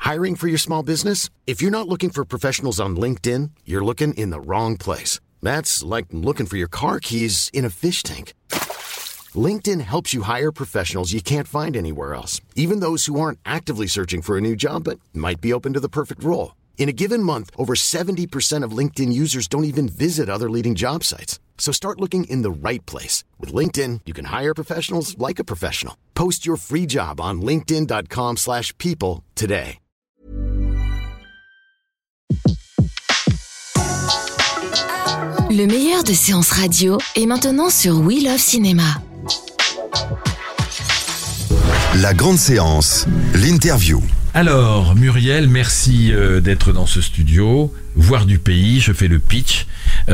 Hiring for your small business? If you're not looking for professionals on LinkedIn, you're looking in the wrong place. That's like looking for your car keys in a fish tank. LinkedIn helps you hire professionals you can't find anywhere else, even those who aren't actively searching for a new job but might be open to the perfect role. In a given month, over 70% of LinkedIn users don't even visit other leading job sites. So start looking in the right place. With LinkedIn, you can hire professionals like a professional. Post your free job on linkedin.com/people today. Le meilleur de séances radio est maintenant sur We Love Cinéma. La grande séance, l'interview. Alors, Muriel, merci d'être dans ce studio. Voir du pays, je fais le pitch.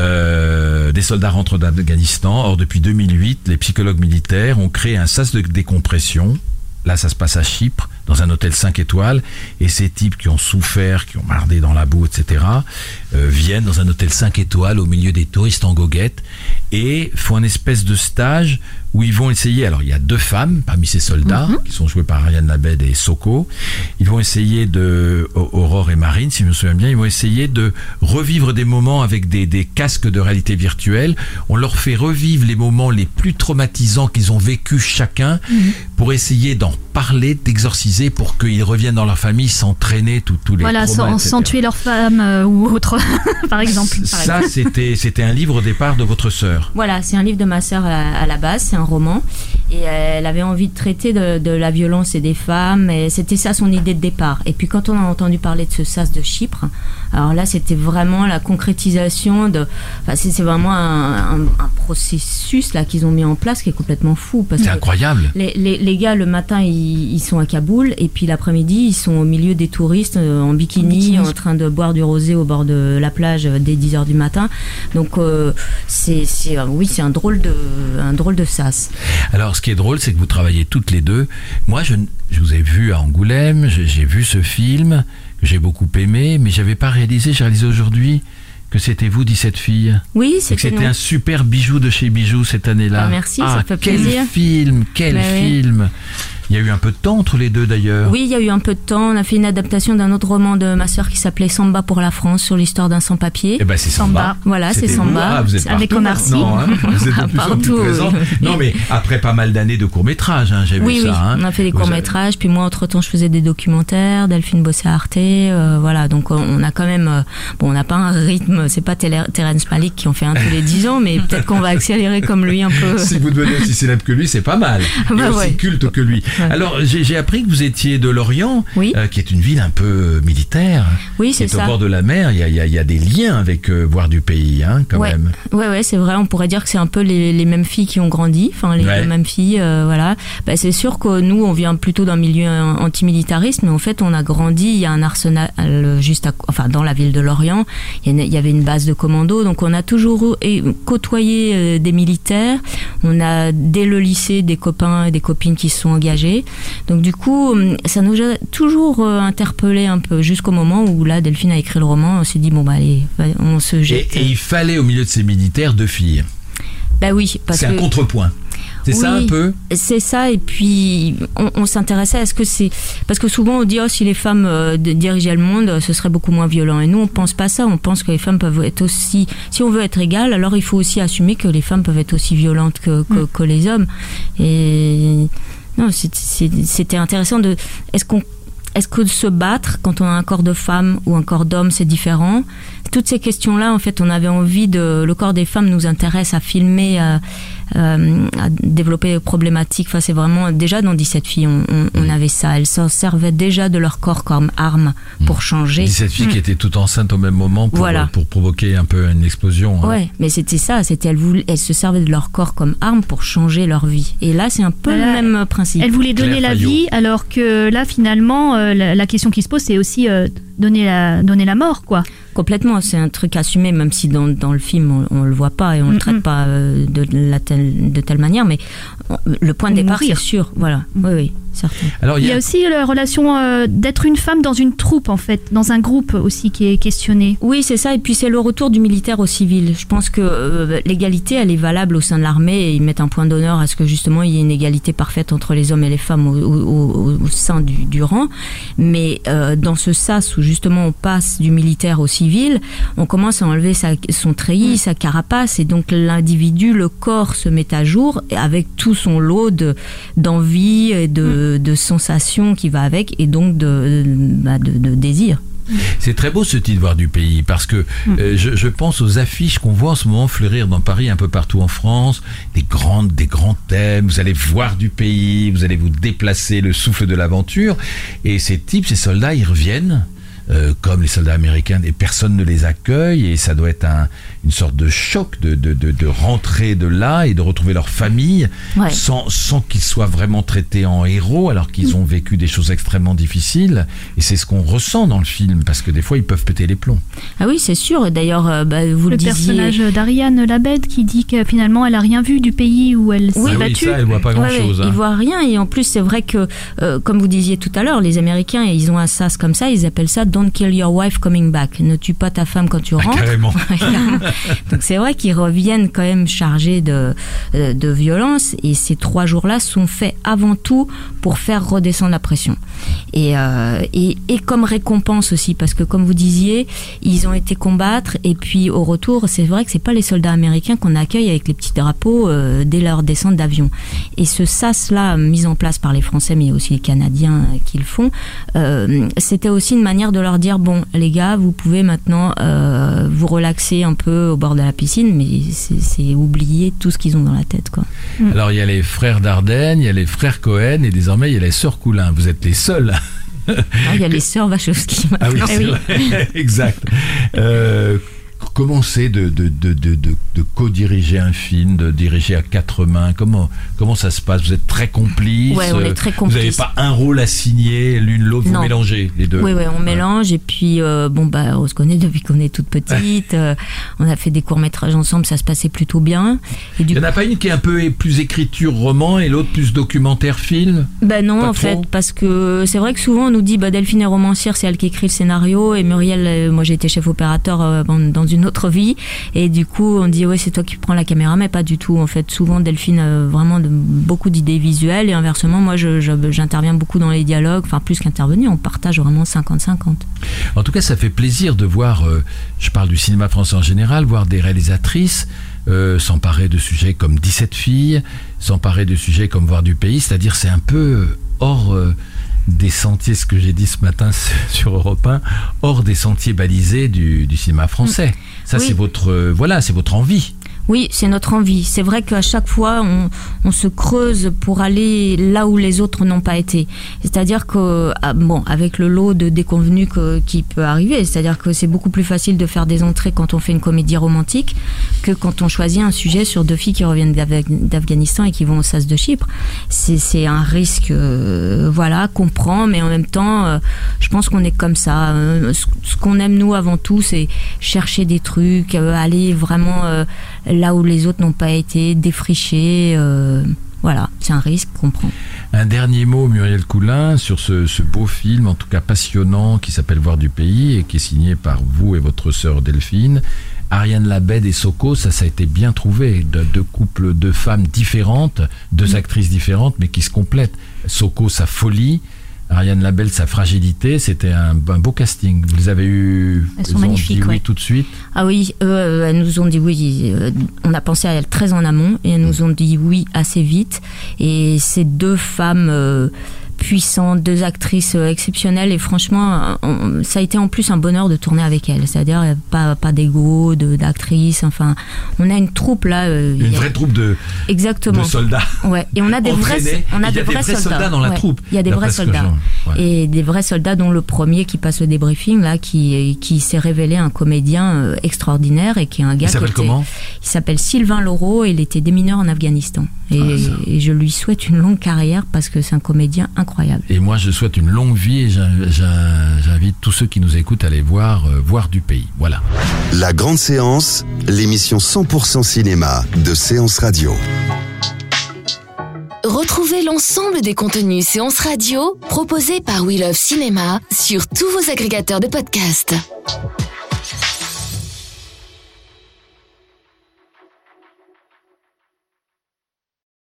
Des soldats rentrent d'Afghanistan. Or, depuis 2008, les psychologues militaires ont créé un sas de décompression. Là, ça se passe à Chypre, dans un hôtel 5 étoiles. Et ces types qui ont souffert, qui ont mardé dans la boue, etc., viennent dans un hôtel 5 étoiles au milieu des touristes en goguette et font un espèce de stage où ils vont essayer, alors il y a 2 femmes parmi ces soldats qui sont jouées par Ariane Labed et Soko. Ils vont essayer Aurore et Marine, si je me souviens bien, ils vont essayer de revivre des moments avec des casques de réalité virtuelle. On leur fait revivre les moments les plus traumatisants qu'ils ont vécus chacun pour essayer d'en parler, d'exorciser pour qu'ils reviennent dans leur famille sans traîner tous les voilà, traumas, sans tuer leur femme ou autre, par exemple. Ça, c'était un livre au départ de votre sœur. Voilà, c'est un livre de ma sœur à la base, c'est un roman. Et elle avait envie de traiter de la violence et des femmes. Et c'était ça son idée de départ. Et puis quand on a entendu parler de ce sas de Chypre, alors là, c'était vraiment la concrétisation de... Enfin, c'est vraiment un processus là qu'ils ont mis en place qui est complètement fou. Parce c'est que incroyable. Les gars, le matin, ils sont à Kaboul. Et puis l'après-midi, ils sont au milieu des touristes en bikini, en train de boire du rosé au bord de la plage dès 10h du matin. Donc, c'est un drôle de sas. Alors, ce qui est drôle, c'est que vous travaillez toutes les deux. Moi, je vous ai vu à Angoulême, j'ai vu ce film que j'ai beaucoup aimé, mais j'ai réalisé aujourd'hui que c'était vous, 17 filles. Oui, c'était nous. Un super bijou de chez Bijoux cette année-là. Ah, merci, ça fait plaisir. Quel film. Il y a eu un peu de temps entre les deux d'ailleurs. Oui, il y a eu un peu de temps. On a fait une adaptation d'un autre roman de ma sœur qui s'appelait Samba pour la France, sur l'histoire d'un sans-papier. Eh ben c'est Samba. Voilà, c'est Samba. Vous êtes avec Omar Sy. Vous êtes de plus en plus présent. Non, mais après pas mal d'années de courts-métrages, j'ai vu ça. Oui, on a fait des courts-métrages. Puis moi, entre-temps, je faisais des documentaires. Delphine bossait à Arte. Voilà, donc on a quand même... on n'a pas un rythme. C'est pas Terrence Malick qui en fait un tous les 10 ans, mais peut-être qu'on va accélérer comme lui un peu. Si vous devenez aussi célèbre que lui, c'est pas mal. Et aussi culte que lui. Ouais. Alors, j'ai appris que vous étiez de Lorient, qui est une ville un peu militaire. Oui, c'est ça. Au bord de la mer, il y a des liens avec Voir du pays, quand même. Ouais, c'est vrai. On pourrait dire que c'est un peu les mêmes filles qui ont grandi, enfin les mêmes filles, voilà. Bah, c'est sûr que nous, on vient plutôt d'un milieu antimilitariste, mais en fait, on a grandi. Il y a un arsenal dans la ville de Lorient. Il y avait une base de commando, donc on a toujours côtoyé des militaires. On a dès le lycée des copains et des copines qui se sont engagés. Donc du coup, ça nous a toujours interpellés un peu, jusqu'au moment où là, Delphine a écrit le roman. On s'est dit allez, on se jette. Et il fallait au milieu de ces militaires 2 filles. Bah oui, c'est un contrepoint. C'est ça un peu. C'est ça, et puis on s'intéressait à ce que c'est, parce que souvent on dit si les femmes dirigeaient le monde, ce serait beaucoup moins violent. Et nous on pense pas ça. On pense que les femmes peuvent être aussi, si on veut être égal, alors il faut aussi assumer que les femmes peuvent être aussi violentes que les hommes. Et non, c'était intéressant de... Est-ce que se battre quand on a un corps de femme ou un corps d'homme, c'est différent? Toutes ces questions-là, en fait, on avait envie le corps des femmes nous intéresse à filmer, à développer des problématiques. Enfin, c'est vraiment, déjà dans 17 filles, on avait ça. Elles s'en servaient déjà de leur corps comme arme pour changer. 17 filles qui étaient toutes enceintes au même moment pour provoquer un peu une explosion. Ouais, mais c'était ça. Elles se servaient de leur corps comme arme pour changer leur vie. Et là, c'est un peu le même principe. Elles voulaient donner la vie, alors que là, finalement, la question qui se pose, c'est aussi donner la mort, quoi. Complètement, c'est un truc assumé, même si dans le film on le voit pas et on le traite pas de telle manière, mais le point de départ c'est sûr, voilà. Oui. certains. Alors, Il y a aussi la relation d'être une femme dans une troupe, en fait, dans un groupe aussi qui est questionné. Oui, c'est ça. Et puis c'est le retour du militaire au civil. Je pense que l'égalité, elle est valable au sein de l'armée et ils mettent un point d'honneur à ce que justement il y ait une égalité parfaite entre les hommes et les femmes au sein du rang. Mais dans ce sas où justement on passe du militaire au civil, on commence à enlever son treillis, sa carapace, et donc l'individu, le corps se met à jour avec tout son lot d'envie et de sensations qui va avec, et donc de désir. C'est très beau ce titre, Voir du pays, parce que je pense aux affiches qu'on voit en ce moment fleurir dans Paris, un peu partout en France, des grands thèmes. Vous allez voir du pays, vous allez vous déplacer, le souffle de l'aventure, et ces soldats, ils reviennent. Comme les soldats américains, et personne ne les accueille, et ça doit être une sorte de choc de rentrer de là et de retrouver leur famille, sans qu'ils soient vraiment traités en héros, alors qu'ils ont vécu des choses extrêmement difficiles. Et c'est ce qu'on ressent dans le film, parce que des fois ils peuvent péter les plombs. Ah oui, c'est sûr. D'ailleurs, vous le disiez. Le personnage d'Ariane Labed qui dit que finalement elle a rien vu du pays où elle s'est battue. Ça, elle voit pas grand-chose. Ils voient rien, et en plus c'est vrai que, comme vous disiez tout à l'heure, les Américains, ils ont un sas comme ça, ils appellent ça Don't kill your wife coming back. Ne tue pas ta femme quand tu rentres. Carrément. Donc c'est vrai qu'ils reviennent quand même chargés de violence, et ces 3 jours-là sont faits avant tout pour faire redescendre la pression. Et comme récompense aussi, parce que comme vous disiez, ils ont été combattre, et puis au retour, c'est vrai que c'est pas les soldats américains qu'on accueille avec les petits drapeaux dès leur descente d'avion. Et ce sas-là, mis en place par les Français, mais aussi les Canadiens qui le font, c'était aussi une manière de leur dire, bon les gars, vous pouvez maintenant vous relaxer un peu au bord de la piscine, mais c'est oublier tout ce qu'ils ont dans la tête, quoi. Alors il y a les frères Dardenne, il y a les frères Cohen, et désormais il y a les sœurs Coulin. Vous êtes les seuls. Il y a les sœurs Wachowski. Ah oui, c'est vrai. Exact. Comment c'est de co-diriger un film, de diriger à 4 mains? Comment ça se passe? Vous êtes très complices? Ouais, on est très complices. Vous n'avez pas un rôle à signer, l'une l'autre, vous mélangez les deux? Oui, on mélange, et puis on se connaît depuis qu'on est toute petite. On a fait des courts-métrages ensemble, ça se passait plutôt bien. Et il n'y en a pas une qui est un peu plus écriture roman et l'autre plus documentaire film? Non, pas en fait, parce que c'est vrai que souvent on nous dit Delphine est romancière, c'est elle qui écrit le scénario, et Muriel, moi j'ai été chef opérateur dans une autre vie, et du coup on dit c'est toi qui prends la caméra, mais pas du tout en fait. Souvent Delphine a vraiment beaucoup d'idées visuelles, et inversement moi j'interviens beaucoup dans les dialogues, enfin plus qu'intervenir, on partage vraiment 50-50. En tout cas ça fait plaisir de voir, je parle du cinéma français en général, voir des réalisatrices s'emparer de sujets comme 17 filles, s'emparer de sujets comme Voir du pays, c'est-à-dire c'est un peu hors des sentiers, ce que j'ai dit ce matin sur Europe 1, hors des sentiers balisés du cinéma français. Ça, oui. C'est votre envie. Oui, c'est notre envie. C'est vrai qu'à chaque fois, on se creuse pour aller là où les autres n'ont pas été. C'est-à-dire que, avec le lot de déconvenus qui peut arriver, c'est-à-dire que c'est beaucoup plus facile de faire des entrées quand on fait une comédie romantique que quand on choisit un sujet sur 2 filles qui reviennent d'Afghanistan et qui vont au sas de Chypre. C'est un risque, qu'on prend, mais en même temps, je pense qu'on est comme ça. Ce qu'on aime, nous, avant tout, c'est chercher des trucs, aller vraiment là où les autres n'ont pas été, défrichés. C'est un risque qu'on prend. Un dernier mot, Muriel Coulin, sur ce beau film, en tout cas passionnant, qui s'appelle Voir du pays, et qui est signé par vous et votre sœur Delphine. Ariane Labed et Soko, ça a été bien trouvé. 2 couples de femmes différentes, 2 actrices différentes, mais qui se complètent. Soko, sa folie. Ariane Labed, sa fragilité, c'était un beau casting. Vous les avez eu, elles sont magnifiques, oui, tout de suite. Ah oui, elles nous ont dit oui. On a pensé à elles très en amont, et elles nous ont dit oui assez vite. Et ces 2 femmes puissantes, 2 actrices exceptionnelles, et franchement, ça a été en plus un bonheur de tourner avec elles. C'est-à-dire pas d'ego, d'actrices. Enfin, on a une troupe là. Une vraie troupe de soldats. Ouais. Et on a des vrais soldats dans la troupe. Il y a des vrais soldats. Et des vrais soldats, dont le premier qui passe le débriefing là, qui s'est révélé un comédien extraordinaire, et qui est un gars. Il s'appelle comment? Il s'appelle Sylvain Laureau, et il était démineur en Afghanistan. Et je lui souhaite une longue carrière, parce que c'est un comédien incroyable. Et moi, je souhaite une longue vie, et j'invite tous ceux qui nous écoutent à aller voir du pays. Voilà. La grande séance, l'émission 100% cinéma de Séance Radio. Retrouvez l'ensemble des contenus séances radio proposés par We Love Cinéma sur tous vos agrégateurs de podcasts.